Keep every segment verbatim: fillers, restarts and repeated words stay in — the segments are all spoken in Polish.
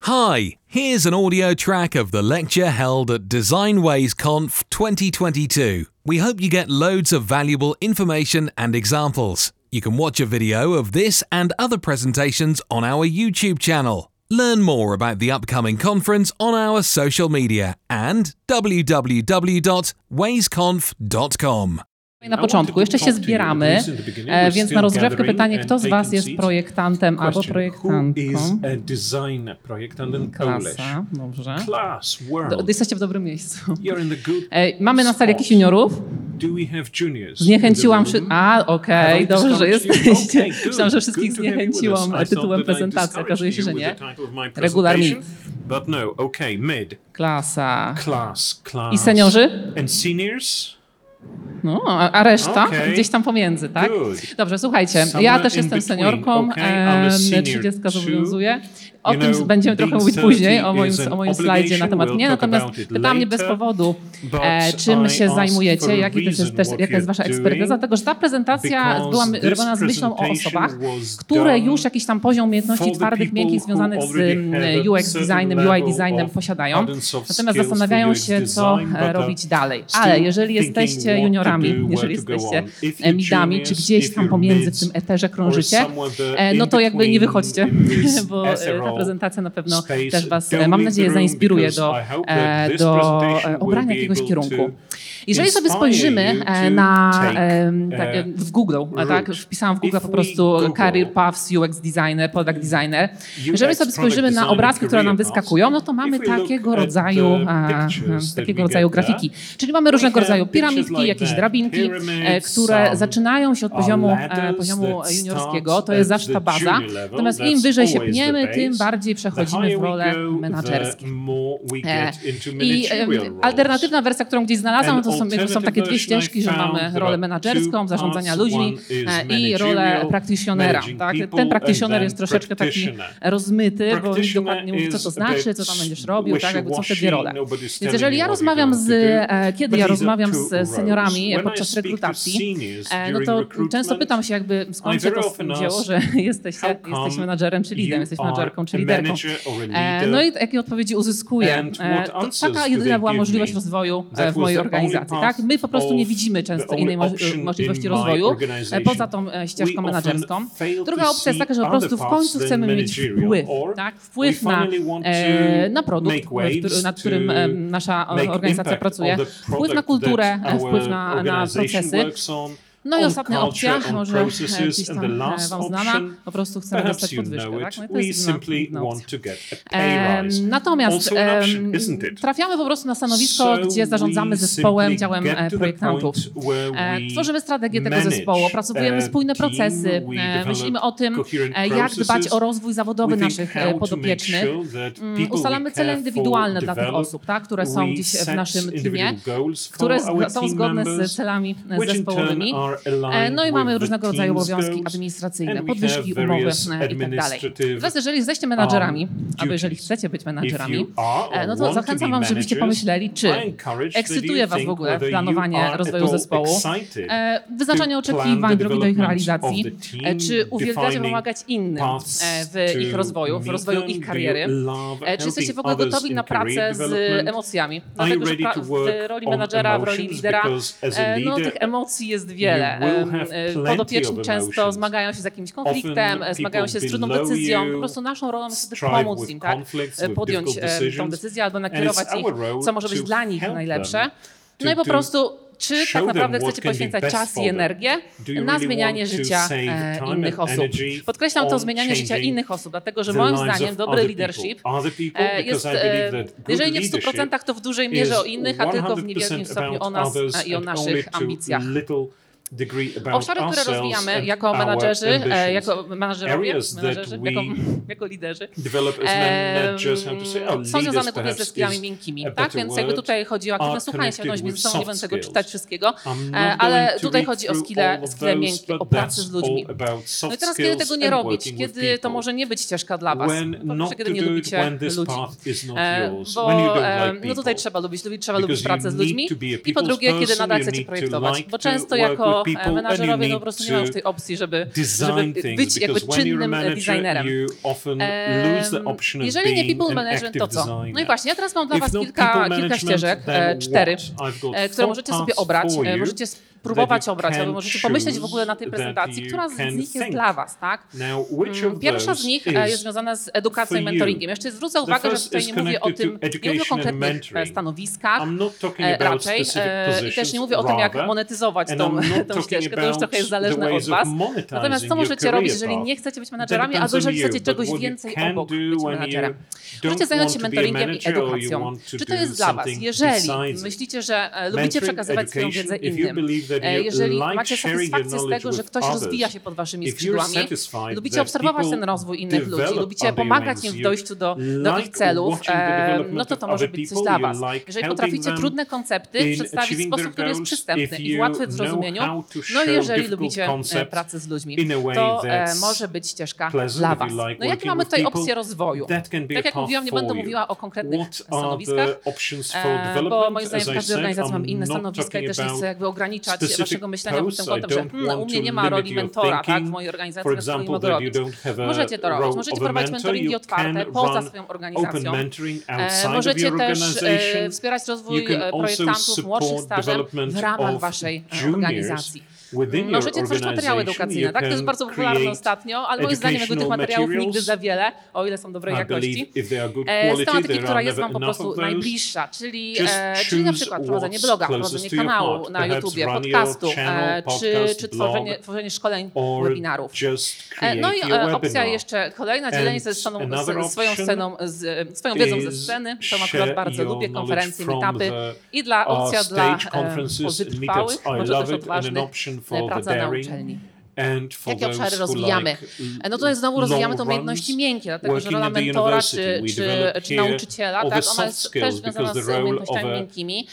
Hi, here's an audio track of the lecture held at DesignWaysConf twenty twenty-two. We hope you get loads of valuable information and examples. You can watch a video of this and other presentations on our YouTube channel. Learn more about the upcoming conference on our social media and w w w dot waysconf dot com. Na początku, jeszcze się zbieramy, e, więc na rozgrzewkę pytanie, kto z Was jest projektantem albo projektantką? Klasa, dobrze. Do, jesteście w dobrym miejscu. E, mamy na sali jakichś juniorów? Zniechęciłam się. A, okej, okay, dobrze, że jesteście. Myślałam, że wszystkich zniechęciłam tytułem prezentacji. Okazuje się, że nie. Regular mid. Klasa. I seniorzy? No, a reszta okay. Gdzieś tam pomiędzy, tak? Good. Dobrze, słuchajcie, Somewhere ja też jestem seniorką, okay. trzydziestka zobowiązuje. O you tym know, będziemy trochę mówić później, o moim, o moim slajdzie na temat mnie, natomiast pytam mnie bez powodu, e, czym się zajmujecie, jaki też jest, też, jaka jest wasza ekspertyza, dlatego że ta prezentacja była robiona z myślą o osobach, które już jakiś tam poziom umiejętności twardych, miękkich związanych z U X designem, U I designem posiadają, natomiast zastanawiają się, co robić dalej. Ale jeżeli jesteście juniorami, jeżeli jesteście midami, czy gdzieś tam pomiędzy w tym eterze krążycie, no to jakby nie wychodźcie, bo ta prezentacja na pewno też Was, mam nadzieję, zainspiruje do, do obrania jakiegoś kierunku. Jeżeli sobie spojrzymy na, tak, w Google, tak, wpisałam w Google po prostu Career Paths, U X Designer, Product Designer. Jeżeli sobie spojrzymy na obrazki, które nam wyskakują, no to mamy takiego rodzaju, takiego rodzaju grafiki. Czyli mamy różnego rodzaju piramidki, jakieś drabinki, które zaczynają się od poziomu, poziomu juniorskiego. To jest zawsze ta baza. Natomiast im wyżej się pniemy, tym bardziej przechodzimy w role menadżerskie. I alternatywna wersja, którą gdzieś znalazłam, to są, są takie dwie ścieżki, że mamy rolę menadżerską, zarządzania ludźmi i rolę praktycjonera. Tak? Ten praktycjoner jest troszeczkę taki rozmyty, bo nikt dokładnie nie mówi, co to znaczy, co tam będziesz robił, tak? Jakby co te dwie role. Więc jeżeli ja rozmawiam z, kiedy ja rozmawiam z seniorami podczas rekrutacji, no to często pytam się jakby, skąd się to wzięło, że jesteście, jesteś menadżerem czy lidem, jesteś menadżerką czy liderką. No i jakie odpowiedzi uzyskuję. To taka jedyna była możliwość rozwoju w mojej organizacji. Tak? My po prostu nie widzimy często innej możliwości rozwoju poza tą ścieżką menadżerską. Druga opcja jest taka, że po prostu w końcu chcemy mieć wpływ, tak? Wpływ na, na produkt, nad którym nasza organizacja pracuje, wpływ na kulturę, wpływ na, na procesy. No i ostatnia opcja, może gdzieś tam Wam znana, po prostu chcemy dostać podwyżkę. Tak? No i to jest inna opcja. E, natomiast e, trafiamy po prostu na stanowisko, gdzie zarządzamy zespołem, działem projektantów. E, tworzymy strategię tego zespołu, opracowujemy spójne procesy, e, myślimy o tym, jak dbać o rozwój zawodowy naszych podopiecznych. Ustalamy cele indywidualne dla tych osób, tak? Które są gdzieś w naszym teamie, które są zgodne z celami zespołowymi. No i mamy różnego rodzaju obowiązki administracyjne, podwyżki, umowy i tak dalej. Teraz jeżeli jesteście menadżerami, albo jeżeli chcecie być menadżerami, no to zachęcam Wam, żebyście pomyśleli, czy ekscytuje Was w ogóle planowanie rozwoju zespołu, wyznaczanie oczekiwań, drogi do ich realizacji, czy uwielbiacie pomagać innym w ich rozwoju, w rozwoju ich kariery, czy jesteście w ogóle gotowi na pracę z emocjami. Dlatego, że w roli menadżera, w roli lidera, no tych emocji jest wiele. Podopieczni często zmagają się z jakimś konfliktem, zmagają się z trudną decyzją. Po prostu naszą rolą jest pomóc im, tak? Podjąć tą decyzję albo nakierować ich, co może być dla nich najlepsze. No i po prostu czy tak naprawdę chcecie poświęcać czas i energię na zmienianie życia e, innych osób. Podkreślam to zmienianie życia innych osób, dlatego że moim zdaniem dobry leadership e, jest, e, jeżeli nie w stu procentach, to w dużej mierze o innych, a tylko w niewielkim stopniu o nas i o naszych ambicjach. Obszary, które rozwijamy jako menadżerzy, e, jako menadżerowie, menadżerzy jako, jako liderzy, e, są związane głównie ze skillami miękkimi. Tak? Więc jakby tutaj chodzi o aktywne słuchanie, świadomość między sobą, nie będę tego czytać wszystkiego, e, ale tutaj chodzi o skille, skille miękkie, o pracę z ludźmi. No i teraz, kiedy tego nie robić, kiedy to może nie być ścieżka dla Was, po pierwsze, kiedy nie lubicie ludzi, e, bo e, no tutaj trzeba lubić, lubić, trzeba lubić pracę z ludźmi i po drugie, kiedy nadal chcecie projektować, bo często jako bo menadżerowie po prostu nie mają już tej opcji, żeby, żeby być jakby czynnym designerem. Jeżeli nie people management, to co? No i właśnie, ja teraz mam dla was kilka, kilka ścieżek, cztery, które możecie sobie obrać, możecie próbować obrać, albo możecie pomyśleć w ogóle na tej prezentacji, która z nich jest dla was, tak? Pierwsza z nich jest związana z edukacją i mentoringiem. Jeszcze zwrócę uwagę, że tutaj nie mówię o tym, nie mówię o konkretnych stanowiskach raczej i też nie mówię o tym, jak monetyzować tą, tą ścieżkę, to już trochę jest zależne od was. Natomiast co możecie robić, jeżeli nie chcecie być menadżerami, albo jeżeli chcecie czegoś więcej obok być menadżerem? Możecie zająć się mentoringiem i edukacją. Czy to jest dla was? Jeżeli myślicie, że lubicie przekazywać swoją wiedzę innym, jeżeli macie satysfakcję z tego, że ktoś rozwija się pod waszymi skrzydłami, lubicie obserwować ten rozwój innych ludzi, lubicie pomagać im w dojściu do, do ich celów, no to to może być coś dla was. Jeżeli potraficie trudne koncepty przedstawić w sposób, który jest przystępny i łatwy w zrozumieniu, no i jeżeli lubicie pracę z ludźmi, to może być ścieżka dla was. No jakie mamy tutaj opcje rozwoju? Tak jak mówiłam, nie będę mówiła o konkretnych stanowiskach, bo moim zdaniem w każdej organizacji mamy inne stanowiska i też nie chcę jakby ograniczać waszego myślenia pod tym kątem, że hmm, u mnie nie ma roli mentora, tak, w mojej organizacji, na której mogę robić. Możecie to robić. Możecie prowadzić mentoringi otwarte poza swoją organizacją. E, możecie też e, wspierać rozwój projektantów młodszych stażem w ramach waszej organizacji. Możecie tworzyć materiały edukacyjne, tak? To jest bardzo popularne ostatnio, ale moim zdaniem jakby tych materiałów nigdy za wiele, o ile są dobrej jakości. E, z tematyki, która jest wam po prostu najbliższa, czyli, e, czyli na przykład prowadzenie bloga, prowadzenie kanału na YouTubie, podcastu, e, czy, czy tworzenie, tworzenie szkoleń, webinarów. E, no i e, opcja jeszcze kolejna, dzielenie się ze sceną, z, swoją sceną, z, swoją wiedzą ze sceny, to akurat bardzo lubię, konferencje, meetupy i dla opcja dla e, wytrwałych, może też odważnych, praca na uczelni. Jakie obszary rozwijamy? No to jest znowu rozwijamy te umiejętności miękkie, dlatego że rola mentora czy, czy, czy nauczyciela, tak, ona jest też związana z umiejętnościami miękkimi.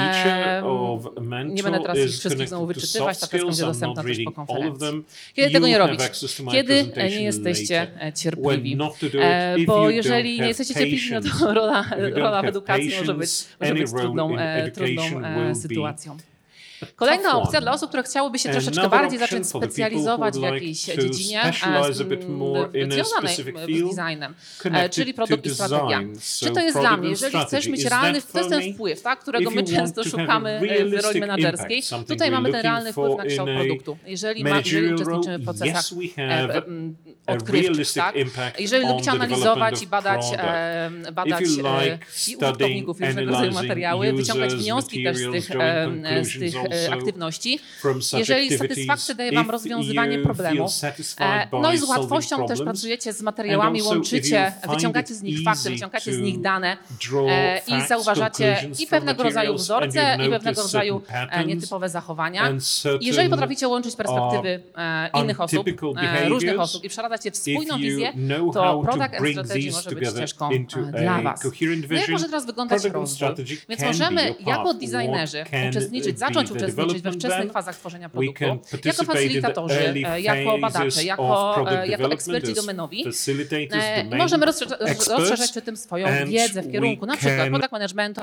Um, nie będę teraz ich wszystkich znowu wyczytywać, ta prezentacja będzie dostępna też po konferencji. Kiedy tego nie robić? Kiedy nie jesteście cierpliwi? Bo jeżeli nie jesteście cierpliwi, no to rola, rola w edukacji może być, może być trudną, trudną sytuacją. Kolejna opcja dla osób, które chciałyby się troszeczkę bardziej zacząć specjalizować w jakiejś dziedzinie związanej z designem, czyli produkt i strategia. Czy to jest dla mnie? Jeżeli chcesz mieć realny, to jest ten wpływ, tak, którego my często szukamy w roli menedżerskiej. Tutaj mamy ten realny wpływ na kształt produktu. Jeżeli, ma, jeżeli uczestniczymy w procesach odkrywczych, tak? Jeżeli lubicie analizować i badać, badać i użytkowników i różnego rodzaju materiały, wyciągać wnioski też z tych, z tych aktywności, jeżeli satysfakcja daje wam rozwiązywanie problemów, no i z łatwością też pracujecie z materiałami, łączycie, wyciągacie z nich fakty, wyciągacie z nich dane i zauważacie i pewnego rodzaju wzorce, i pewnego rodzaju nietypowe zachowania. Jeżeli potraficie łączyć perspektywy innych osób, różnych osób i przeradzać je w spójną wizję, to product and strategy może być ścieżką dla was. No jak może teraz wyglądać rozwój? Więc możemy jako designerzy uczestniczyć, zacząć uczestniczyć we wczesnych fazach tworzenia produktu, jako facylitatorzy, jako badacze, jako, jako eksperci domenowi. E, możemy rozszerzać przy tym swoją wiedzę w kierunku na przykład product managementu,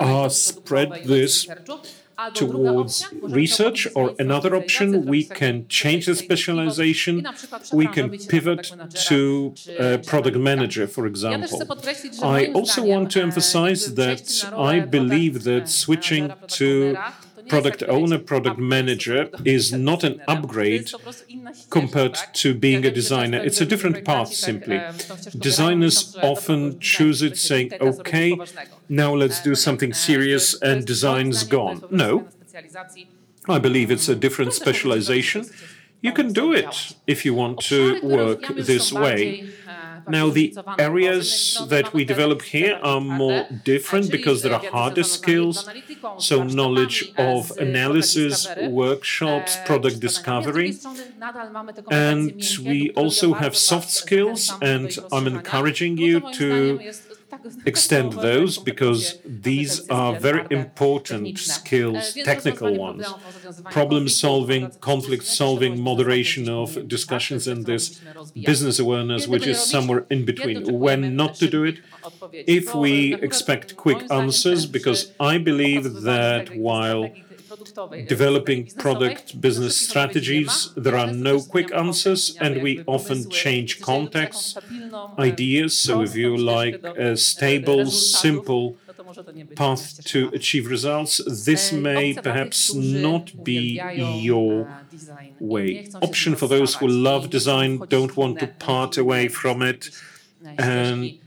towards research, or another option, we can change the specialization, we can pivot to uh, product manager, for example. I also want to emphasize that I believe that switching to product owner, product manager is not an upgrade compared to being a designer. It's a different path simply. Designers often choose it saying, okay, now let's do something serious and design's gone. No, I believe it's a different specialization. You can do it if you want to work this way. Now, the areas that we develop here are more different because there are harder skills, so knowledge of analysis, workshops, product discovery, and we also have soft skills, and I'm encouraging you to extend those because these are very important skills, technical ones. Problem solving, conflict solving, moderation of discussions, and this business awareness, which is somewhere in between. When not to do it, if we expect quick answers, because I believe that while developing product business strategies. There are no quick answers, and we often change contexts, ideas. So if you like a stable, simple path to achieve results, this may perhaps not be your way. Option for those who love design, don't want to part away from it, and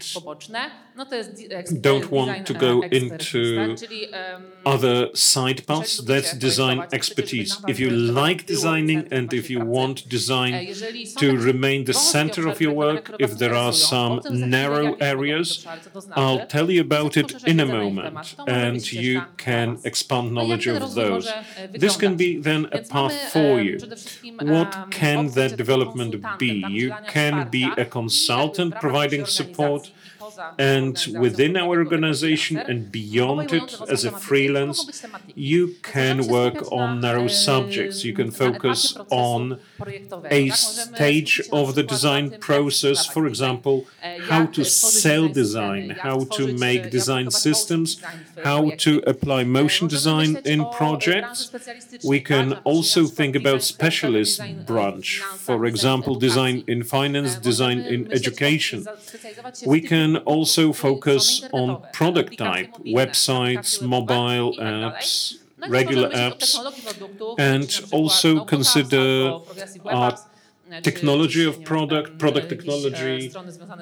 don't want to go into other side paths. That's design expertise. If you like designing and if you want design to remain the center of your work, if there are some narrow areas, I'll tell you about it in a moment, and you can expand knowledge of those. This can be then a path for you. What can that development be? You can be a consultant providing support, and within our organization and beyond it, as a freelance, you can work on narrow subjects. You can focus on a stage of the design process, for example, how to sell design, how to make design systems, how to apply motion design in projects. We can also think about specialist branch, for example, design in finance, design in education. We can also focus on product type, websites, mobile apps, regular apps, and also consider our technology of product, product technology,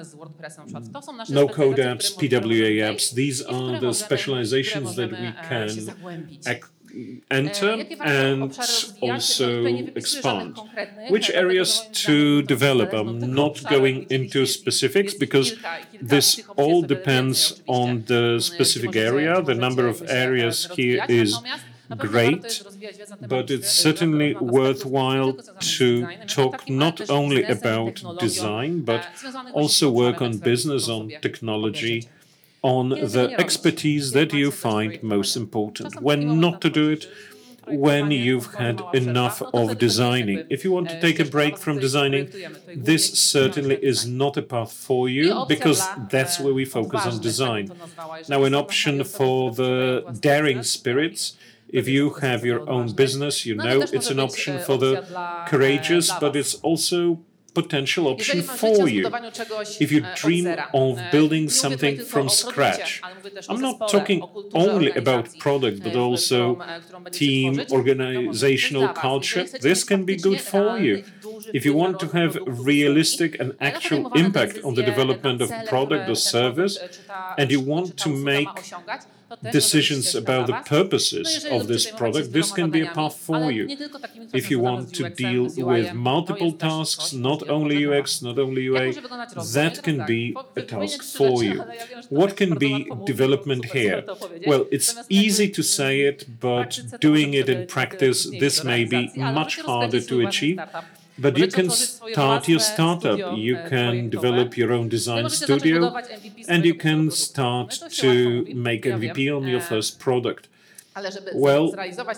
no-code apps, P W A apps. These are the specializations that we can enter and also expand. Which areas to develop? I'm not going into specifics because this all depends on the specific area. The number of areas here is great, but it's certainly worthwhile to talk not only about design, but also work on business, on technology, on the expertise that you find most important. When not to do it, when you've had enough of designing. If you want to take a break from designing, this certainly is not a path for you, because that's where we focus on design. Now, an option for the daring spirits: if you have your own business, you know it's an option for the courageous, but it's also potential option for you. If you dream of building something from scratch, I'm not talking only about product, but also team, organizational culture. This can be good for you. If you want to have realistic and actual impact on the development of product or service, and you want to make decisions about the purposes of this product, this can be a path for you. If you want to deal with multiple tasks, not only U X, not only U A, that can be a task for you. What can be development here? Well, it's easy to say it, but doing it in practice, this may be much harder to achieve. But you can start your startup, you can develop your own design studio, and you can start to make M V P on your first product. Well,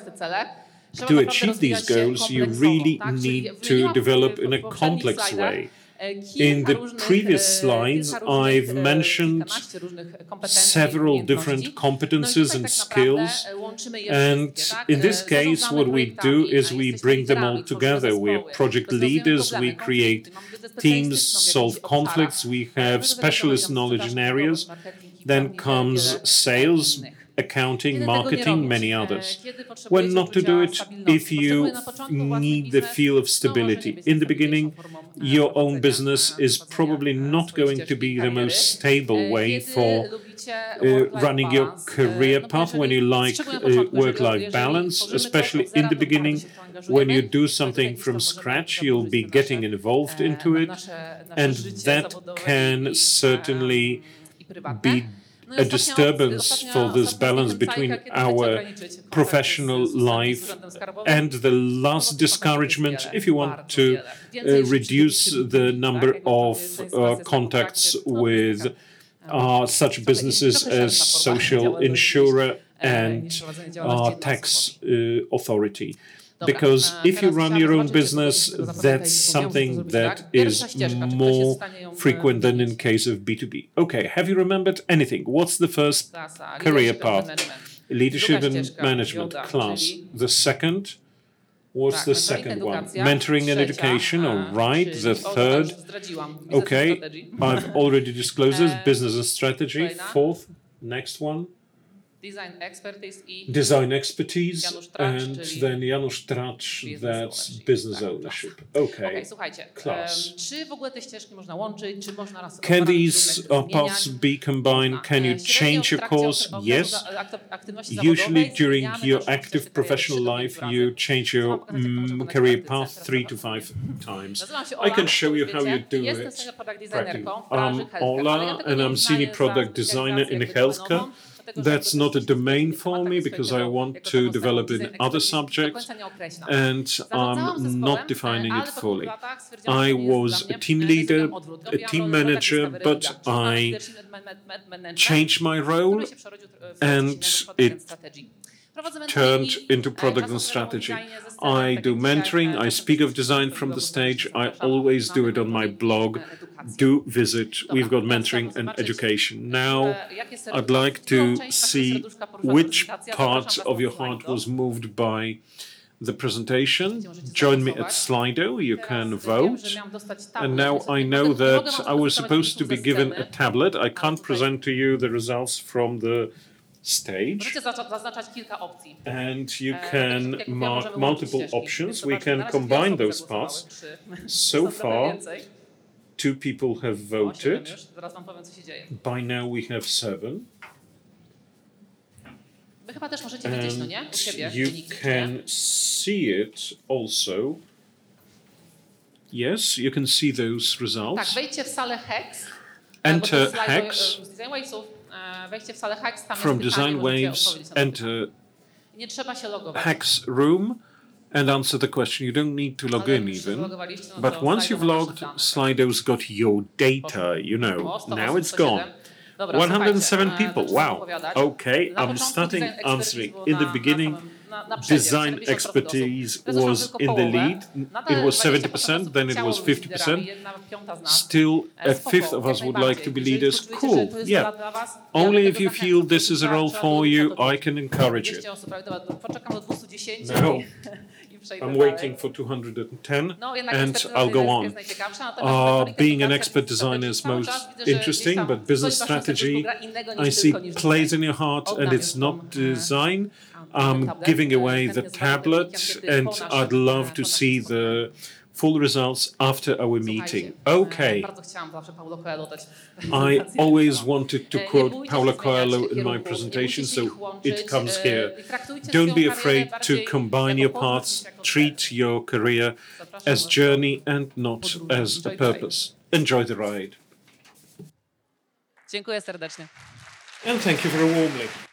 to achieve these goals, you really need to develop in a complex way. In the previous slides, I've mentioned several different competences and skills, and in this case, what we do is we bring them all together. We are project leaders, we create teams, solve conflicts, we have specialist knowledge in areas. Then comes sales, accounting, marketing, many others. When not to do it, if you need the feel of stability. In the beginning, your own business is probably not going to be the most stable way for uh, running your career path when you like uh, work-life balance, especially in the beginning. When you do something from scratch, you'll be getting involved into it, and that can certainly be a disturbance for this balance between our professional life. And the last discouragement, if you want to uh, reduce the number of uh, contacts with uh, such businesses as social insurer and uh, tax uh, authority. Because if you run your own business, that's something that is more frequent than in case of B two B. Okay, have you remembered anything? What's the first career path? leadership and management class. The second, what's the second one? Mentoring and education, all right. The third, okay, I've already disclosed this, business and strategy. Fourth, next one. Design expertise, Design expertise, and then Janusz Tracz, that's business ownership. Okay, okay, słuchajcie, class. Czy w ogóle te ścieżki można łączyć, czy można raz Can these uh, paths be combined? Can you change your course? Yes. Usually during your active professional life, you change your um, career path three to five times. I can show you how you do it. I'm Ola, and I'm senior product designer in healthcare. That's not a domain for me because I want to develop in other subjects and I'm not defining it fully. I was a team leader, a team manager, but I changed my role and it turned into product and strategy. I do mentoring, I speak of design from the stage, I always do it on my blog. Do visit, we've got mentoring and education. Now, I'd like to see which part of your heart was moved by the presentation. Join me at Slido, you can vote. And now I know that I was supposed to be given a tablet. I can't present to you the results from the stage. And you can mark multiple options. We can combine those parts. So far, two people have voted. By now we have seven. And you can see it also. Yes, you can see those results. Enter Hex. From Design Waves, enter Hex room and answer the question. You don't need to log in even. But once you've logged, Slido's got your data, you know. Now it's gone. one hundred seven people, wow. Okay, I'm starting answering. In the beginning, design expertise was in the lead. It was seventy percent, then it was fifty percent. Still, a fifth of us would like to be leaders. Cool, yeah. Only if you feel this is a role for you, I can encourage it. No. I'm waiting for two hundred ten, and I'll go on. Uh, being an expert designer is most interesting, but business strategy, I see plays in your heart, and it's not design. I'm giving away the tablet, and I'd love to see the full results after our meeting. Okay. I always wanted to quote Paulo Coelho in my presentation, so it comes here. Don't be afraid to combine your paths. Treat your career as journey and not as a purpose. Enjoy the ride. Dziękuję serdecznie. And thank you very warmly.